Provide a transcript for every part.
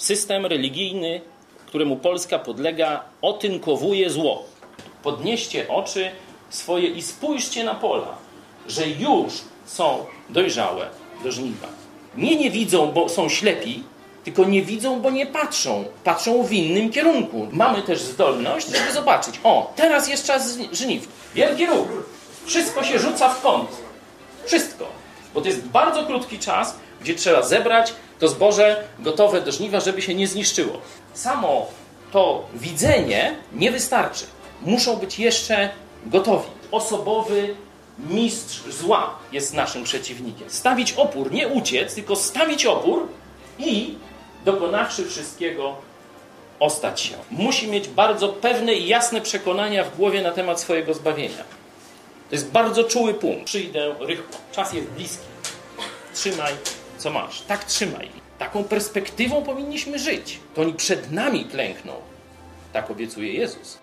System religijny, któremu Polska podlega, otynkowuje zło. Podnieście oczy swoje i spójrzcie na pola, że już są dojrzałe do żniwa. Nie widzą, bo są ślepi, tylko nie widzą, bo nie patrzą. Patrzą w innym kierunku. Mamy też zdolność, żeby zobaczyć. O, teraz jest czas żniw. Wielki ruch. Wszystko się rzuca w kąt. Wszystko. Bo to jest bardzo krótki czas, gdzie trzeba zebrać to zboże gotowe do żniwa, żeby się nie zniszczyło. Samo to widzenie nie wystarczy. Muszą być jeszcze gotowi. Osobowy mistrz zła jest naszym przeciwnikiem. Stawić opór, nie uciec, tylko stawić opór i dokonawszy wszystkiego, ostać się. Musi mieć bardzo pewne i jasne przekonania w głowie na temat swojego zbawienia. To jest bardzo czuły punkt. Przyjdę rychło. Czas jest bliski. Trzymaj, co masz. Tak trzymaj. Taką perspektywą powinniśmy żyć. To oni przed nami klękną. Tak obiecuje Jezus.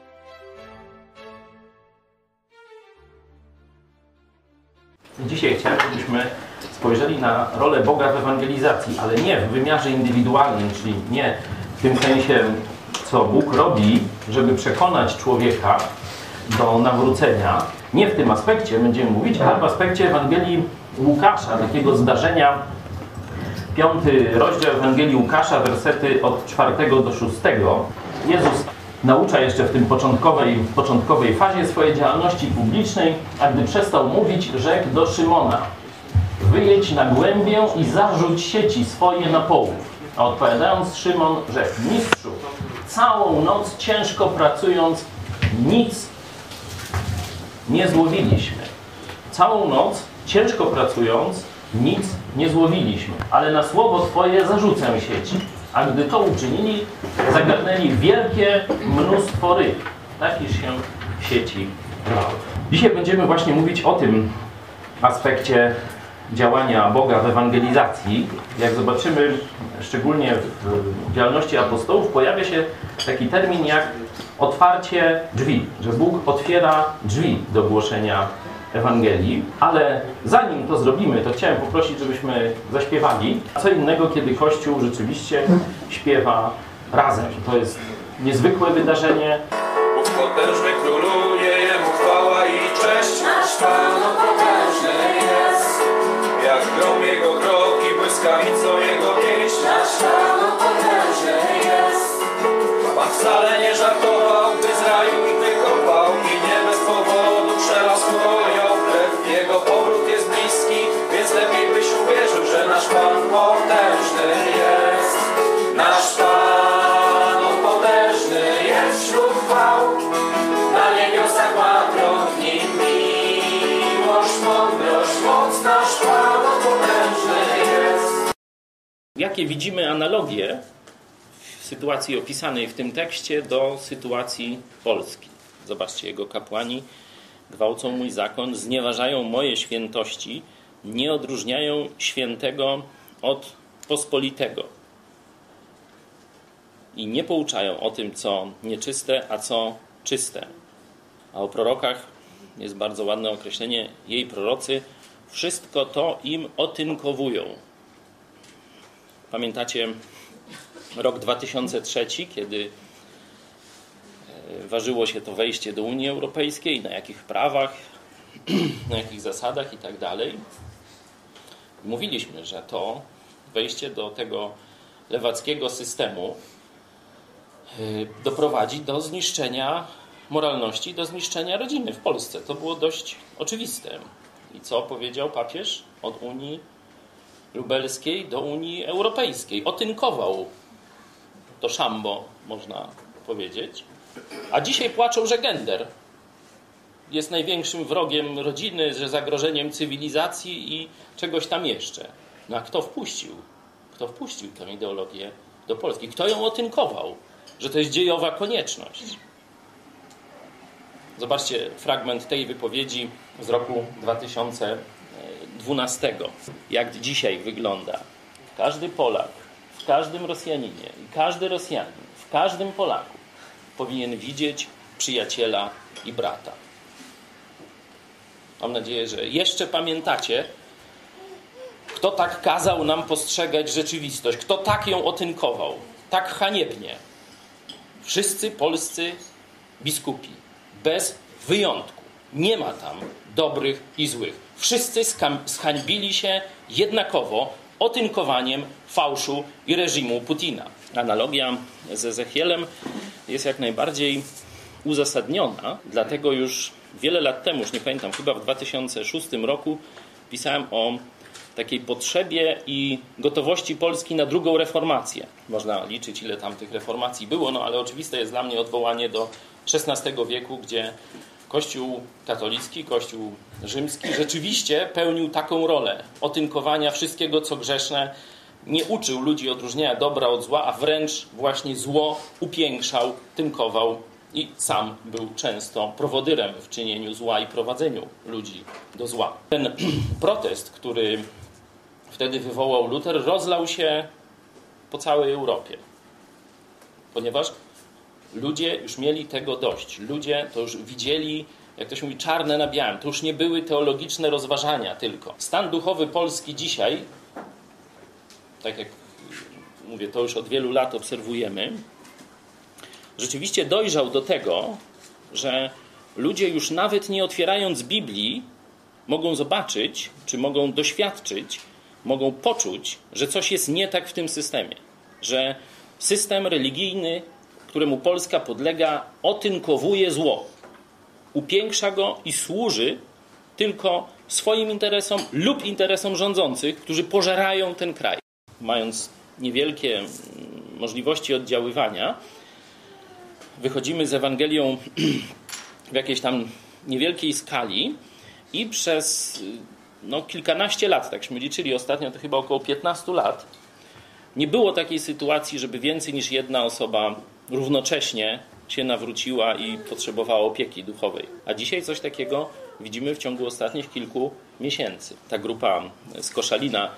Dzisiaj chciałem, żebyśmy spojrzeli na rolę Boga w ewangelizacji, ale nie w wymiarze indywidualnym, czyli nie w tym sensie, co Bóg robi, żeby przekonać człowieka do nawrócenia. Nie w tym aspekcie będziemy mówić, ale w aspekcie Ewangelii Łukasza, takiego zdarzenia. 5 rozdział Ewangelii Łukasza, wersety od 4 do 6. Jezus naucza jeszcze w tym początkowej fazie swojej działalności publicznej, a gdy przestał mówić, rzekł do Szymona: wyjedź na głębię i zarzuć sieci swoje na połów. A odpowiadając Szymon rzekł: mistrzu, całą noc ciężko pracując nic nie złowiliśmy. Całą noc ciężko pracując nic nie złowiliśmy, ale na słowo Twoje zarzucę sieci. A gdy to uczynili, zagarnęli wielkie mnóstwo ryb, tak iż się sieci rwały. Dzisiaj będziemy właśnie mówić o tym aspekcie działania Boga w ewangelizacji. Jak zobaczymy, szczególnie w działalności apostołów, pojawia się taki termin jak otwarcie drzwi, że Bóg otwiera drzwi do głoszenia Ewangelii, ale zanim to zrobimy, to chciałem poprosić, żebyśmy zaśpiewali. Co innego, kiedy Kościół rzeczywiście śpiewa razem. To jest niezwykłe wydarzenie. Bóg potężny króluje, Jemu chwała i cześć. Nasz Pan potężny jest. Jak grom Jego kroki, błyskawicą Jego pieśń. Nasz Pan potężny jest. Pan wcale nie żartował, gdy z raju ich wykopał i nie bez powodu przelał swoją krew. Jego powrót jest bliski, więc lepiej byś uwierzył, że nasz Pan potężny jest. Nasz Pan potężny jest wśród chwał. Na niebiosach ma tron, w nim miłość, mądrość, moc. Nasz Pan potężny jest. Jakie widzimy analogie w sytuacji opisanej w tym tekście do sytuacji Polski? Zobaczcie, jego kapłani gwałcą mój zakon, znieważają moje świętości, nie odróżniają świętego od pospolitego i nie pouczają o tym, co nieczyste, a co czyste. A o prorokach jest bardzo ładne określenie: jej prorocy wszystko to im otynkowują. Pamiętacie rok 2003, kiedy ważyło się to wejście do Unii Europejskiej, na jakich prawach, na jakich zasadach i tak dalej. Mówiliśmy, że to wejście do tego lewackiego systemu doprowadzi do zniszczenia moralności, do zniszczenia rodziny w Polsce. To było dość oczywiste. I co powiedział papież? Od Unii Lubelskiej do Unii Europejskiej. Otynkował to szambo, można powiedzieć. A dzisiaj płaczą, że gender jest największym wrogiem rodziny, że zagrożeniem cywilizacji i czegoś tam jeszcze. No a kto wpuścił? Kto wpuścił tę ideologię do Polski? Kto ją otynkował? Że to jest dziejowa konieczność. Zobaczcie fragment tej wypowiedzi z roku 2012. Jak dzisiaj wygląda. Każdy Polak, w każdym Rosjaninie i każdy Rosjanin, w każdym Polaku powinien widzieć przyjaciela i brata. Mam nadzieję, że jeszcze pamiętacie, kto tak kazał nam postrzegać rzeczywistość, kto tak ją otynkował. tak haniebnie wszyscy polscy biskupi, bez wyjątku, nie ma tam dobrych i złych. Wszyscy zhańbili się jednakowo otynkowaniem fałszu i reżimu Putina. Analogia z Ezechielem jest jak najbardziej uzasadniona, dlatego już wiele lat temu, już nie pamiętam, chyba w 2006 roku pisałem o takiej potrzebie i gotowości Polski na drugą reformację. Można liczyć, ile tam tych reformacji było, no ale oczywiste jest dla mnie odwołanie do XVI wieku, gdzie Kościół katolicki, Kościół rzymski rzeczywiście pełnił taką rolę otynkowania wszystkiego, co grzeszne, nie uczył ludzi odróżnienia dobra od zła, a wręcz właśnie zło upiększał, tynkował i sam był często prowodyrem w czynieniu zła i prowadzeniu ludzi do zła. Ten protest, który wtedy wywołał Luter, rozlał się po całej Europie, ponieważ ludzie już mieli tego dość. Ludzie to już widzieli, jak to się mówi, czarne na białym. To już nie były teologiczne rozważania tylko. Stan duchowy Polski dzisiaj, tak jak mówię, to już od wielu lat obserwujemy, rzeczywiście dojrzał do tego, że ludzie już nawet nie otwierając Biblii mogą zobaczyć, czy mogą doświadczyć, mogą poczuć, że coś jest nie tak w tym systemie. Że system religijny, któremu Polska podlega, otynkowuje zło. Upiększa go i służy tylko swoim interesom lub interesom rządzących, którzy pożerają ten kraj. Mając niewielkie możliwości oddziaływania, wychodzimy z Ewangelią w jakiejś tam niewielkiej skali i przez kilkanaście lat, takśmy liczyli ostatnio, to chyba około 15 lat, nie było takiej sytuacji, żeby więcej niż jedna osoba równocześnie się nawróciła i potrzebowała opieki duchowej. A dzisiaj coś takiego widzimy w ciągu ostatnich kilku miesięcy. Ta grupa z Koszalina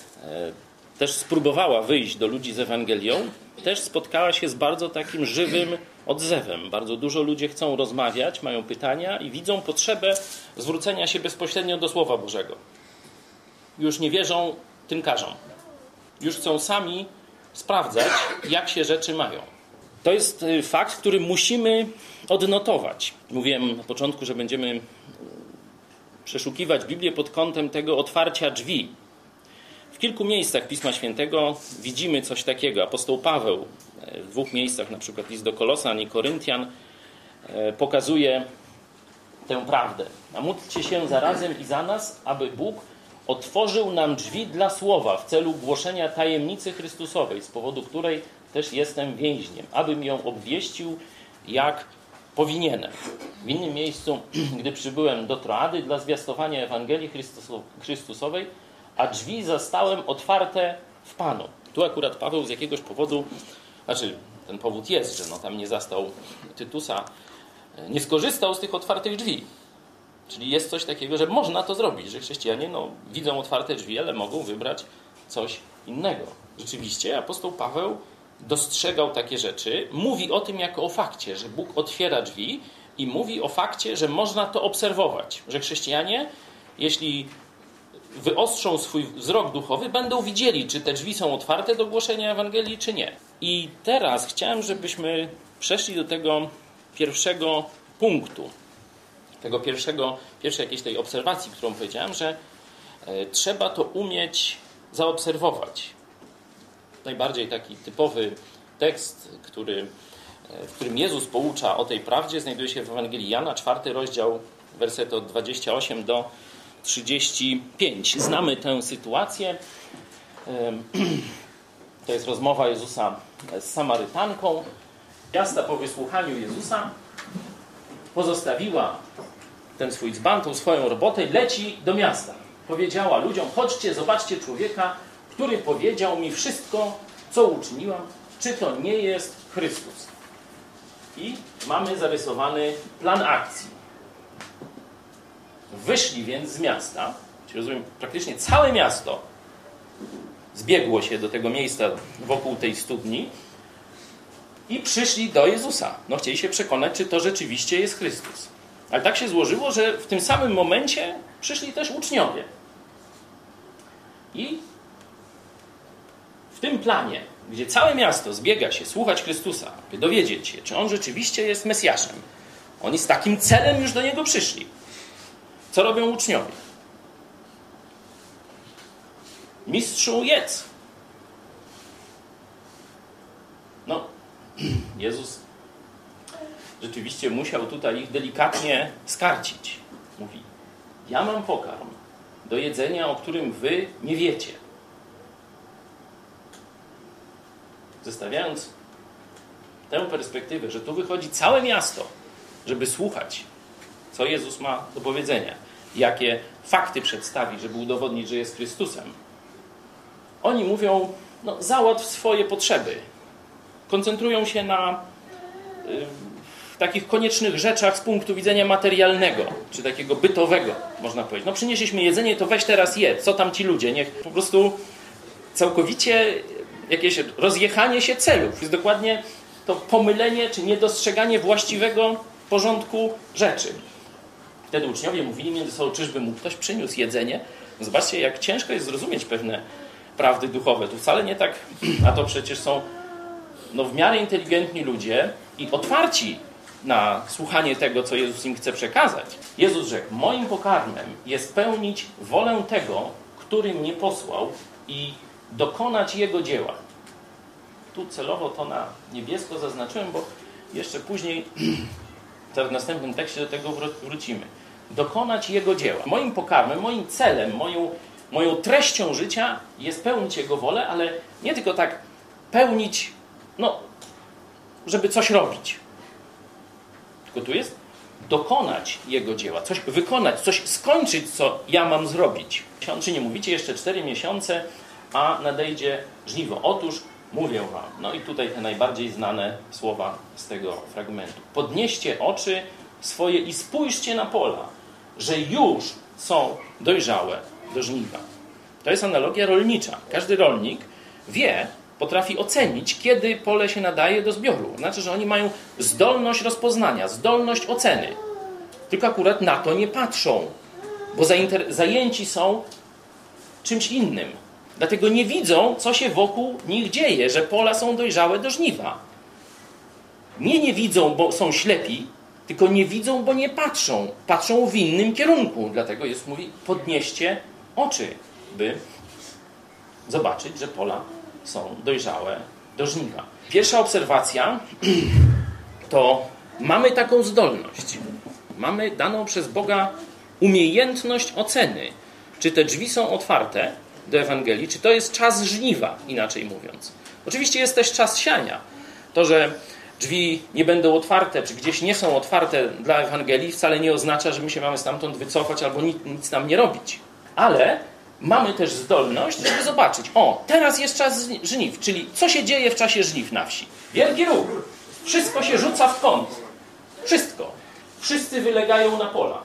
też spróbowała wyjść do ludzi z Ewangelią, też spotkała się z bardzo takim żywym odzewem. Bardzo dużo ludzie chcą rozmawiać, mają pytania i widzą potrzebę zwrócenia się bezpośrednio do Słowa Bożego. Już nie wierzą tynkarzom. Już chcą sami sprawdzać, jak się rzeczy mają. To jest fakt, który musimy odnotować. Mówiłem na początku, że będziemy przeszukiwać Biblię pod kątem tego otwarcia drzwi. W kilku miejscach Pisma Świętego widzimy coś takiego. Apostoł Paweł w 2 miejscach, na przykład list do Kolosan i Koryntian, pokazuje tę prawdę. A módlcie się zarazem i za nas, aby Bóg otworzył nam drzwi dla słowa w celu głoszenia tajemnicy Chrystusowej, z powodu której też jestem więźniem, abym ją obwieścił jak powinienem. W innym miejscu, gdy przybyłem do Troady dla zwiastowania Ewangelii Chrystusowej, a drzwi zastałem otwarte w Panu. Tu akurat Paweł z jakiegoś powodu, ten powód jest, że tam nie zastał Tytusa, nie skorzystał z tych otwartych drzwi. Czyli jest coś takiego, że można to zrobić, że chrześcijanie widzą otwarte drzwi, ale mogą wybrać coś innego. Rzeczywiście apostoł Paweł dostrzegał takie rzeczy, mówi o tym jako o fakcie, że Bóg otwiera drzwi i mówi o fakcie, że można to obserwować, że chrześcijanie, jeśli wyostrzą swój wzrok duchowy, będą widzieli, czy te drzwi są otwarte do głoszenia Ewangelii, czy nie. I teraz chciałem, żebyśmy przeszli do tego pierwszego punktu, tego pierwszej jakiejś tej obserwacji, którą powiedziałem, że trzeba to umieć zaobserwować. Najbardziej taki typowy tekst, w którym Jezus poucza o tej prawdzie, znajduje się w Ewangelii Jana, 4 rozdział, wersety od 28 do 35. Znamy tę sytuację. To jest rozmowa Jezusa z Samarytanką. Miasta po wysłuchaniu Jezusa pozostawiła ten swój dzban, tą swoją robotę i leci do miasta. Powiedziała ludziom: chodźcie, zobaczcie człowieka, który powiedział mi wszystko, co uczyniłam. Czy to nie jest Chrystus? I mamy zarysowany plan akcji. Wyszli więc z miasta, czyli rozumiem, praktycznie całe miasto zbiegło się do tego miejsca wokół tej studni i przyszli do Jezusa. Chcieli się przekonać, czy to rzeczywiście jest Chrystus. Ale tak się złożyło, że w tym samym momencie przyszli też uczniowie. I w tym planie gdzie całe miasto zbiega się słuchać Chrystusa, by dowiedzieć się, czy On rzeczywiście jest Mesjaszem. Oni z takim celem już do Niego przyszli. Co robią uczniowie? Mistrzu, jedz. No, Jezus rzeczywiście musiał tutaj ich delikatnie skarcić. Mówi, ja mam pokarm do jedzenia, o którym wy nie wiecie. Zestawiając tę perspektywę, że tu wychodzi całe miasto, żeby słuchać, co Jezus ma do powiedzenia, jakie fakty przedstawi, żeby udowodnić, że jest Chrystusem. Oni mówią, no, załatw swoje potrzeby. Koncentrują się na takich koniecznych rzeczach z punktu widzenia materialnego, czy takiego bytowego, można powiedzieć. No, przynieśliśmy jedzenie, to weź teraz jedz. Co tam ci ludzie? Niech po prostu całkowicie jakieś rozjechanie się celów. Jest dokładnie to pomylenie, czy niedostrzeganie właściwego porządku rzeczy. Wtedy uczniowie mówili między sobą, czyżby mu ktoś przyniósł jedzenie? No zobaczcie, jak ciężko jest zrozumieć pewne prawdy duchowe. Tu wcale nie tak, a to przecież są w miarę inteligentni ludzie i otwarci na słuchanie tego, co Jezus im chce przekazać. Jezus rzekł, moim pokarmem jest pełnić wolę tego, który mnie posłał i dokonać Jego dzieła. Tu celowo to na niebiesko zaznaczyłem, bo jeszcze później w następnym tekście do tego wrócimy. Dokonać Jego dzieła. Moim pokarmem, moim celem, moją treścią życia jest pełnić Jego wolę, ale nie tylko tak pełnić, żeby coś robić. Tylko tu jest dokonać Jego dzieła, coś wykonać, coś skończyć, co ja mam zrobić. Czy nie mówicie jeszcze 4 miesiące, a nadejdzie żniwo? Otóż mówię wam. No i tutaj te najbardziej znane słowa z tego fragmentu. Podnieście oczy swoje i spójrzcie na pola, że już są dojrzałe do żniwa. To jest analogia rolnicza. Każdy rolnik potrafi ocenić, kiedy pole się nadaje do zbioru. Znaczy, że oni mają zdolność rozpoznania, zdolność oceny. Tylko akurat na to nie patrzą, bo zajęci są czymś innym. Dlatego nie widzą, co się wokół nich dzieje, że pola są dojrzałe do żniwa. Nie widzą, bo są ślepi, tylko nie widzą, bo nie patrzą. Patrzą w innym kierunku. Dlatego Jezus mówi, podnieście oczy, by zobaczyć, że pola są dojrzałe do żniwa. Pierwsza obserwacja to mamy taką zdolność. Mamy daną przez Boga umiejętność oceny, czy te drzwi są otwarte do Ewangelii, czy to jest czas żniwa, inaczej mówiąc. Oczywiście jest też czas siania. To, że drzwi nie będą otwarte, czy gdzieś nie są otwarte dla Ewangelii, wcale nie oznacza, że my się mamy stamtąd wycofać albo nic tam nie robić. Ale mamy też zdolność, żeby zobaczyć, teraz jest czas żniw, czyli co się dzieje w czasie żniw na wsi. Wielki ruch. Wszystko się rzuca w kąt. Wszystko. Wszyscy wylegają na pola.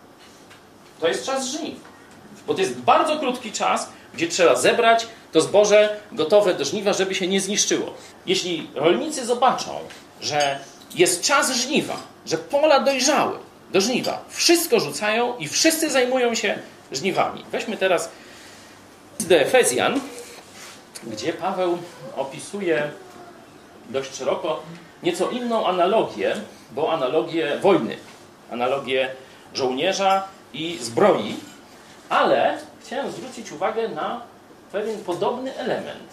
To jest czas żniw. Bo to jest bardzo krótki czas, gdzie trzeba zebrać to zboże gotowe do żniwa, żeby się nie zniszczyło. Jeśli rolnicy zobaczą, że jest czas żniwa, że pola dojrzały do żniwa, wszystko rzucają i wszyscy zajmują się żniwami. Weźmy teraz do Efezjan, gdzie Paweł opisuje dość szeroko nieco inną analogię, bo analogię wojny, analogię żołnierza i zbroi, ale chciałem zwrócić uwagę na pewien podobny element.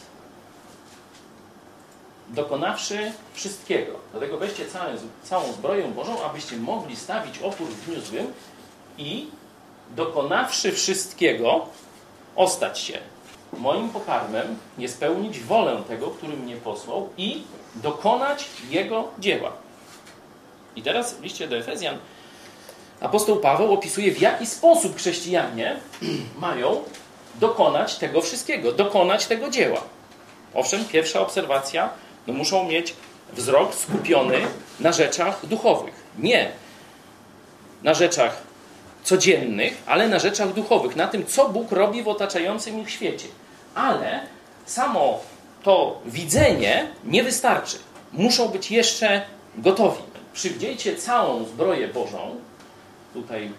Dokonawszy wszystkiego. Dlatego weźcie całą zbroję Bożą, abyście mogli stawić opór w dniu złym i dokonawszy wszystkiego, ostać się. Moim pokarmem jest spełnić wolę tego, który mnie posłał i dokonać Jego dzieła. I teraz w liście do Efezjan apostoł Paweł opisuje, w jaki sposób chrześcijanie mają dokonać tego wszystkiego, dokonać tego dzieła. Owszem, pierwsza obserwacja, muszą mieć wzrok skupiony na rzeczach duchowych. Nie na rzeczach codziennych, ale na rzeczach duchowych, na tym, co Bóg robi w otaczającym ich świecie. Ale samo to widzenie nie wystarczy. Muszą być jeszcze gotowi. Przywdziejcie całą zbroję Bożą. Tutaj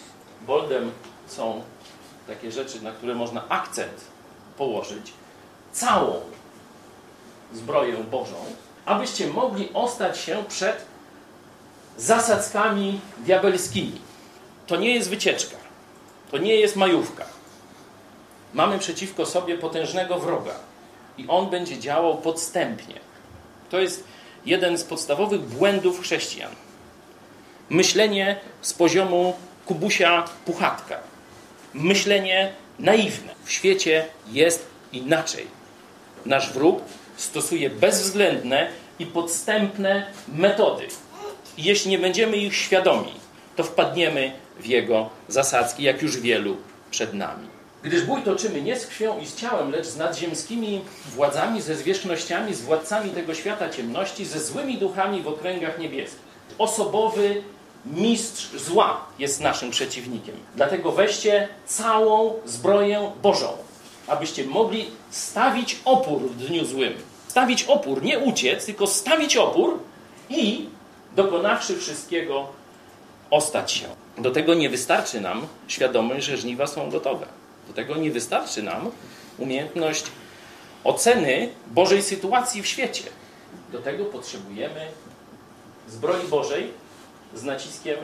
boldem są takie rzeczy, na które można akcent położyć. całą zbroję Bożą, abyście mogli ostać się przed zasadzkami diabelskimi. To nie jest wycieczka. To nie jest majówka. Mamy przeciwko sobie potężnego wroga i on będzie działał podstępnie. To jest jeden z podstawowych błędów chrześcijan. Myślenie z poziomu Kubusia Puchatka. Myślenie naiwne. W świecie jest inaczej. Nasz wróg stosuje bezwzględne i podstępne metody. I jeśli nie będziemy ich świadomi, to wpadniemy w jego zasadzki, jak już wielu przed nami. Gdyż bój toczymy nie z krwią i z ciałem, lecz z nadziemskimi władzami, ze zwierzchnościami, z władcami tego świata ciemności, ze złymi duchami w okręgach niebieskich. Osobowy mistrz zła jest naszym przeciwnikiem. Dlatego weźcie całą zbroję Bożą, abyście mogli stawić opór w dniu złym. Stawić opór, nie uciec, tylko stawić opór i dokonawszy wszystkiego, ostać się. Do tego nie wystarczy nam świadomość, że żniwa są gotowe. Do tego nie wystarczy nam umiejętność oceny Bożej sytuacji w świecie. Do tego potrzebujemy zbroi Bożej z naciskiem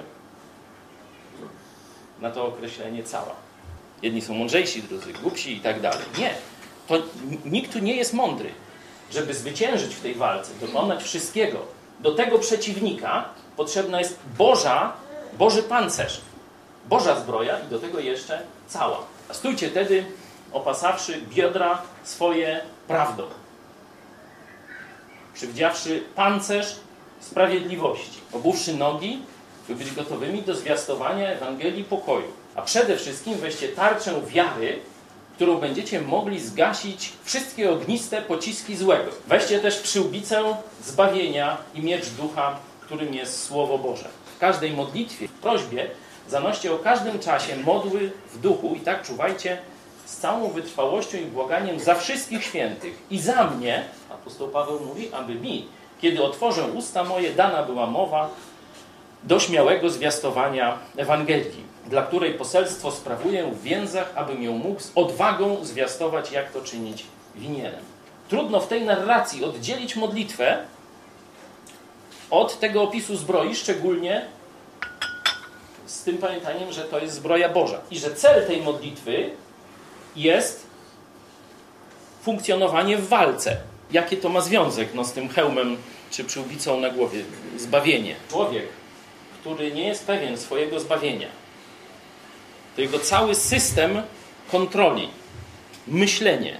na to określenie cała. Jedni są mądrzejsi, drudzy głupsi i tak dalej. Nie. To nikt tu nie jest mądry, żeby zwyciężyć w tej walce, dokonać wszystkiego. Do tego przeciwnika potrzebna jest Boży pancerz, Boża zbroja i do tego jeszcze cała. A stójcie tedy, opasawszy biodra swoje prawdą, przywdziawszy pancerz sprawiedliwości, obuwszy nogi, by być gotowymi do zwiastowania Ewangelii pokoju. A przede wszystkim weźcie tarczę wiary, którą będziecie mogli zgasić wszystkie ogniste pociski złego. Weźcie też przyłbicę zbawienia i miecz ducha, którym jest Słowo Boże. W każdej modlitwie, w prośbie zanoście o każdym czasie modły w duchu i tak czuwajcie z całą wytrwałością i błaganiem za wszystkich świętych i za mnie, apostoł Paweł mówi, aby mi, kiedy otworzę usta moje, dana była mowa do śmiałego zwiastowania Ewangelii, dla której poselstwo sprawuję w więzach, abym ją mógł z odwagą zwiastować, jak to czynić winienem. Trudno w tej narracji oddzielić modlitwę od tego opisu zbroi, szczególnie z tym pamiętaniem, że to jest zbroja Boża i że cel tej modlitwy jest funkcjonowanie w walce. Jaki to ma związek z tym hełmem czy przyłbicą na głowie? Zbawienie. Człowiek, który nie jest pewien swojego zbawienia, to jego cały system kontroli, myślenie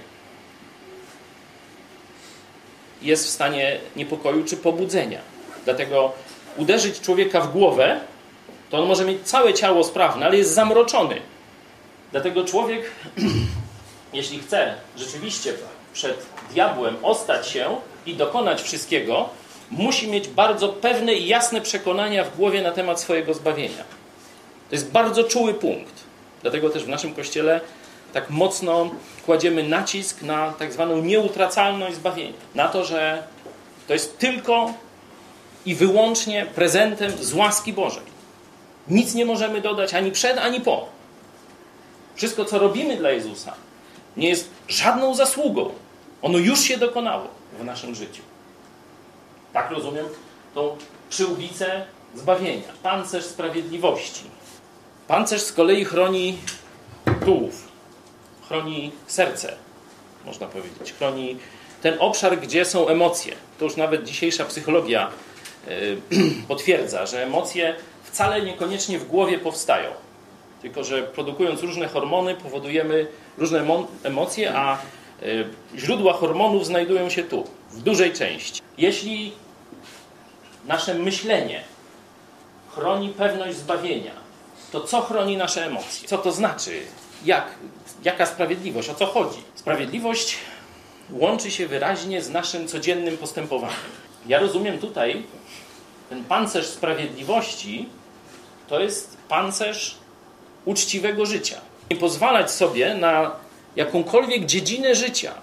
jest w stanie niepokoju czy pobudzenia. Dlatego uderzyć człowieka w głowę, to on może mieć całe ciało sprawne, ale jest zamroczony. Dlatego człowiek, jeśli chce rzeczywiście przed diabłem ostać się i dokonać wszystkiego, musi mieć bardzo pewne i jasne przekonania w głowie na temat swojego zbawienia. To jest bardzo czuły punkt. Dlatego też w naszym Kościele tak mocno kładziemy nacisk na tak zwaną nieutracalność zbawienia. Na to, że to jest tylko i wyłącznie prezentem z łaski Bożej. Nic nie możemy dodać ani przed, ani po. Wszystko, co robimy dla Jezusa, nie jest żadną zasługą. Ono już się dokonało w naszym życiu. Tak rozumiem tą przyłbicę zbawienia. Pancerz sprawiedliwości. Pancerz z kolei chroni tułów. Chroni serce, można powiedzieć. Chroni ten obszar, gdzie są emocje. To już nawet dzisiejsza psychologia potwierdza, że emocje wcale niekoniecznie w głowie powstają. Tylko że produkując różne hormony powodujemy różne emocje, a źródła hormonów znajdują się tu, w dużej części. Jeśli nasze myślenie chroni pewność zbawienia, to co chroni nasze emocje? Co to znaczy? Jaka sprawiedliwość? O co chodzi? Sprawiedliwość łączy się wyraźnie z naszym codziennym postępowaniem. Ja rozumiem tutaj ten pancerz sprawiedliwości to jest pancerz uczciwego życia. Nie pozwalać sobie na jakąkolwiek dziedzinę życia,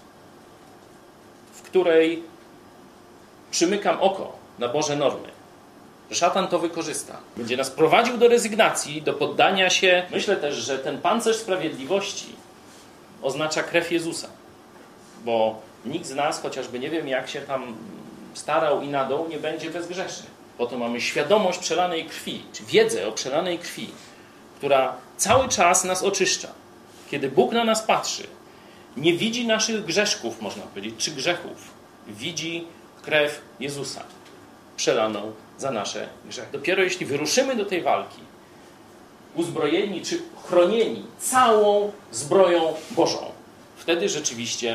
w której przymykam oko na Boże normy. Że szatan to wykorzysta. Będzie nas prowadził do rezygnacji, do poddania się. Myślę też, że ten pancerz sprawiedliwości oznacza krew Jezusa. bo nikt z nas, chociażby nie wiem jak się tam starał i nadał, nie będzie bezgrzeszny. Po to mamy świadomość przelanej krwi, czy wiedzę o przelanej krwi, która cały czas nas oczyszcza. Kiedy Bóg na nas patrzy, nie widzi naszych grzeszków, można powiedzieć, czy grzechów. Widzi krew Jezusa przelaną za nasze grzechy. Dopiero jeśli wyruszymy do tej walki, uzbrojeni czy chronieni całą zbroją Bożą, wtedy rzeczywiście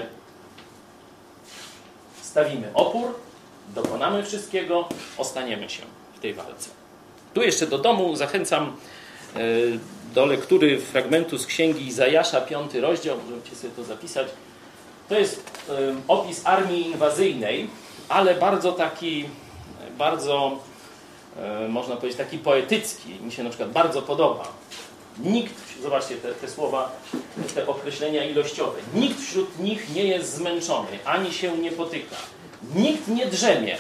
stawimy opór, dokonamy wszystkiego, ostaniemy się w tej walce. Tu jeszcze do domu zachęcam do lektury fragmentu z księgi Izajasza, 5 rozdział, możecie sobie to zapisać. To jest opis armii inwazyjnej, ale bardzo można powiedzieć taki poetycki. Mi się na przykład bardzo podoba. Nikt, zobaczcie te słowa, te określenia ilościowe. Nikt wśród nich nie jest zmęczony, ani się nie potyka. Nikt nie drzemie,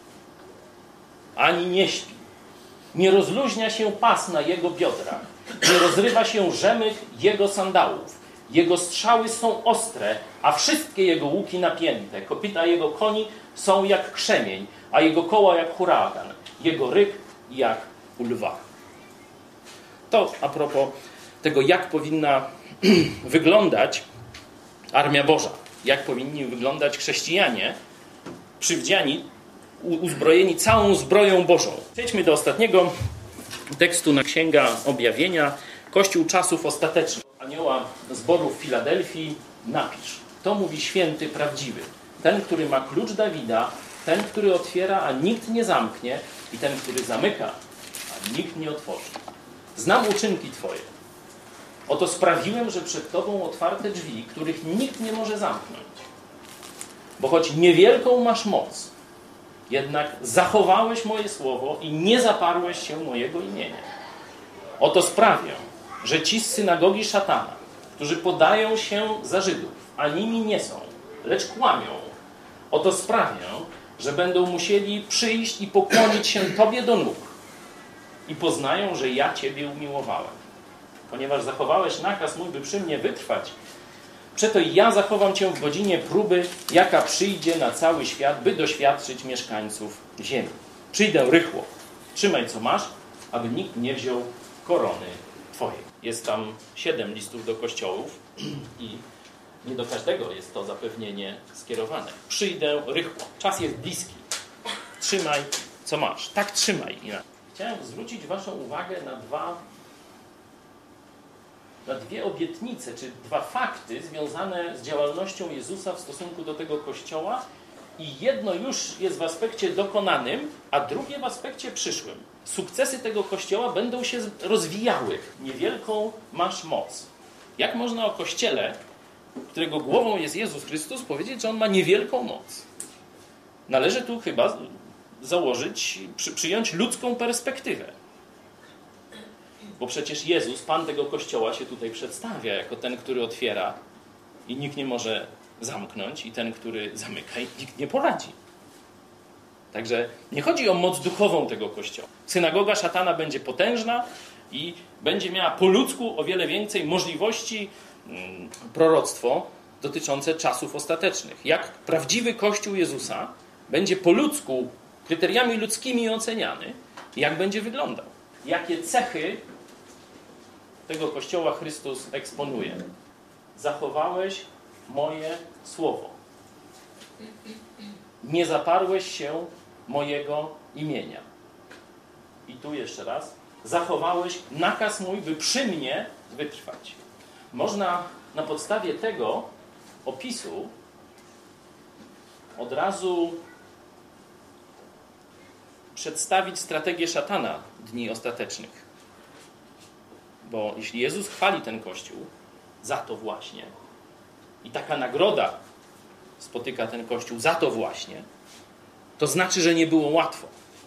ani nie śpi. Nie rozluźnia się pas na jego biodrach. Nie rozrywa się rzemyk jego sandałów. Jego strzały są ostre, a wszystkie jego łuki napięte. Kopyta jego koni są jak krzemień, a jego koła jak huragan. Jego ryk jak u lwa. To a propos tego, jak powinna wyglądać armia Boża. Jak powinni wyglądać chrześcijanie przywdziani, uzbrojeni całą zbroją Bożą. Przejdźmy do ostatniego tekstu na Księga Objawienia. Kościół czasów ostatecznych. Anioła zboru w Filadelfii napisz. To mówi święty, prawdziwy. Ten, który ma klucz Dawida, ten, który otwiera, a nikt nie zamknie i ten, który zamyka, a nikt nie otworzy. Znam uczynki Twoje. Oto sprawiłem, że przed Tobą otwarte drzwi, których nikt nie może zamknąć. Bo choć niewielką masz moc, jednak zachowałeś moje słowo i nie zaparłeś się mojego imienia. Oto sprawię, że ci z synagogi szatana, którzy podają się za Żydów, a nimi nie są, lecz kłamią, oto sprawię, że będą musieli przyjść i pokłonić się Tobie do nóg i poznają, że ja Ciebie umiłowałem. Ponieważ zachowałeś nakaz mój, by przy mnie wytrwać, przeto ja zachowam Cię w godzinie próby, jaka przyjdzie na cały świat, by doświadczyć mieszkańców ziemi. Przyjdę rychło. Trzymaj, co masz, aby nikt nie wziął korony Twojej. Jest tam 7 listów do kościołów i nie do każdego jest to zapewnienie skierowane. Przyjdę rychło. Czas jest bliski. Trzymaj, co masz. Tak trzymaj. Chciałem zwrócić Waszą uwagę na dwie obietnice, czy 2 fakty związane z działalnością Jezusa w stosunku do tego Kościoła i jedno już jest w aspekcie dokonanym, a drugie w aspekcie przyszłym. Sukcesy tego Kościoła będą się rozwijały. Niewielką masz moc. Jak można o Kościele, którego głową jest Jezus Chrystus, powiedzieć, że on ma niewielką moc? Należy tu chyba przyjąć ludzką perspektywę. Bo przecież Jezus, Pan tego Kościoła, się tutaj przedstawia jako ten, który otwiera i nikt nie może zamknąć, i ten, który zamyka i nikt nie poradzi. Także nie chodzi o moc duchową tego Kościoła. Synagoga szatana będzie potężna i będzie miała po ludzku o wiele więcej możliwości proroctwo dotyczące czasów ostatecznych. Jak prawdziwy Kościół Jezusa będzie po ludzku, kryteriami ludzkimi oceniany, jak będzie wyglądał. Jakie cechy tego Kościoła Chrystus eksponuje. Zachowałeś moje słowo. Nie zaparłeś się mojego imienia. I tu jeszcze raz. Zachowałeś nakaz mój, by przy mnie wytrwać. Można na podstawie tego opisu od razu przedstawić strategię szatana dni ostatecznych. Bo jeśli Jezus chwali ten Kościół za to właśnie i taka nagroda spotyka ten Kościół za to właśnie, to znaczy, że nie było łatwo.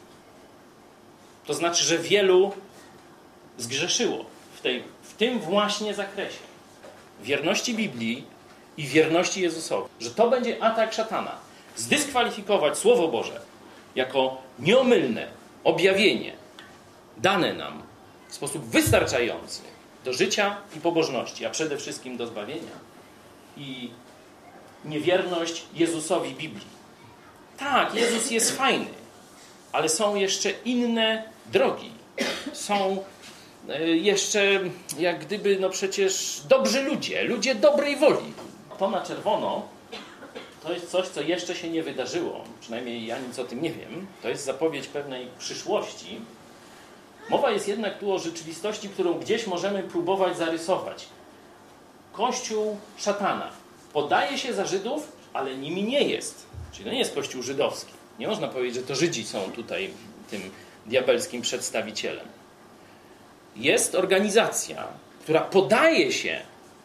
To znaczy, że wielu zgrzeszyło w tym właśnie zakresie. Wierności Biblii i wierności Jezusowi. Że to będzie atak szatana. Zdyskwalifikować Słowo Boże jako nieomylne objawienie dane nam w sposób wystarczający do życia i pobożności, a przede wszystkim do zbawienia. I niewierność Jezusowi Biblii. Tak, Jezus jest fajny, ale są jeszcze inne drogi. Są jeszcze jak gdyby, no przecież dobrzy ludzie, ludzie dobrej woli. To na czerwono to jest coś, co jeszcze się nie wydarzyło. Przynajmniej ja nic o tym nie wiem. To jest zapowiedź pewnej przyszłości. Mowa jest jednak tu o rzeczywistości, którą gdzieś możemy próbować zarysować. Kościół szatana podaje się za Żydów, ale nimi nie jest. Czyli to nie jest kościół żydowski. Nie można powiedzieć, że to Żydzi są tutaj tym diabelskim przedstawicielem. Jest organizacja, która podaje się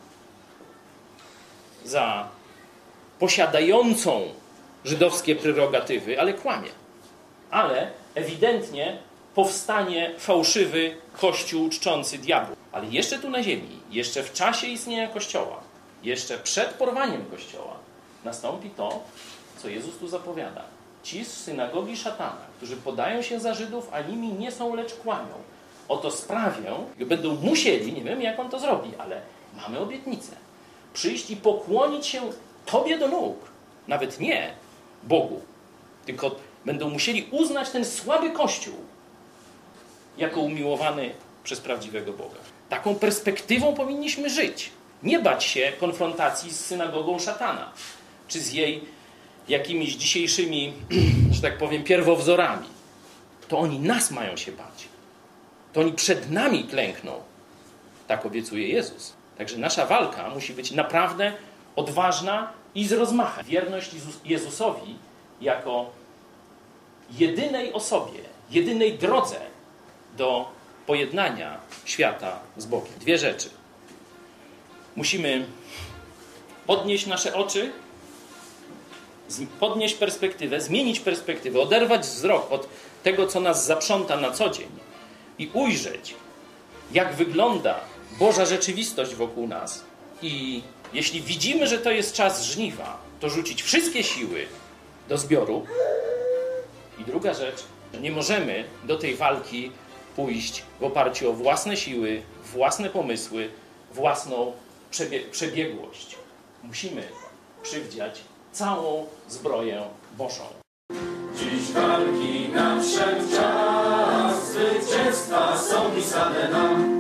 za posiadającą żydowskie prerogatywy, ale kłamie. Ale ewidentnie powstanie fałszywy kościół czczący diabła. Ale jeszcze tu na ziemi, jeszcze w czasie istnienia Kościoła, jeszcze przed porwaniem Kościoła nastąpi to, co Jezus tu zapowiada. Ci z synagogi szatana, którzy podają się za Żydów, a nimi nie są, lecz kłamią. Oto sprawią, że będą musieli, nie wiem jak on to zrobi, ale mamy obietnicę, przyjść i pokłonić się Tobie do nóg. Nawet nie Bogu, tylko będą musieli uznać ten słaby Kościół jako umiłowany przez prawdziwego Boga. Taką perspektywą powinniśmy żyć. Nie bać się konfrontacji z synagogą szatana, czy z jej jakimiś dzisiejszymi, że tak powiem, pierwowzorami. To oni nas mają się bać. To oni przed nami klękną. Tak obiecuje Jezus. Także nasza walka musi być naprawdę odważna i z rozmachem. Wierność Jezusowi jako jedynej osobie, jedynej drodze do pojednania świata z Bogiem. Dwie rzeczy. Musimy podnieść nasze oczy, podnieść perspektywę, zmienić perspektywę, oderwać wzrok od tego, co nas zaprząta na co dzień i ujrzeć, jak wygląda Boża rzeczywistość wokół nas. I jeśli widzimy, że to jest czas żniwa, to rzucić wszystkie siły do zbioru. I druga rzecz, nie możemy do tej walki pójść w oparciu o własne siły, własne pomysły, własną przebiegłość. Musimy przywdziać całą zbroję Bożą. Dziś walki nadszedł czas, zwycięstwa są pisane nam.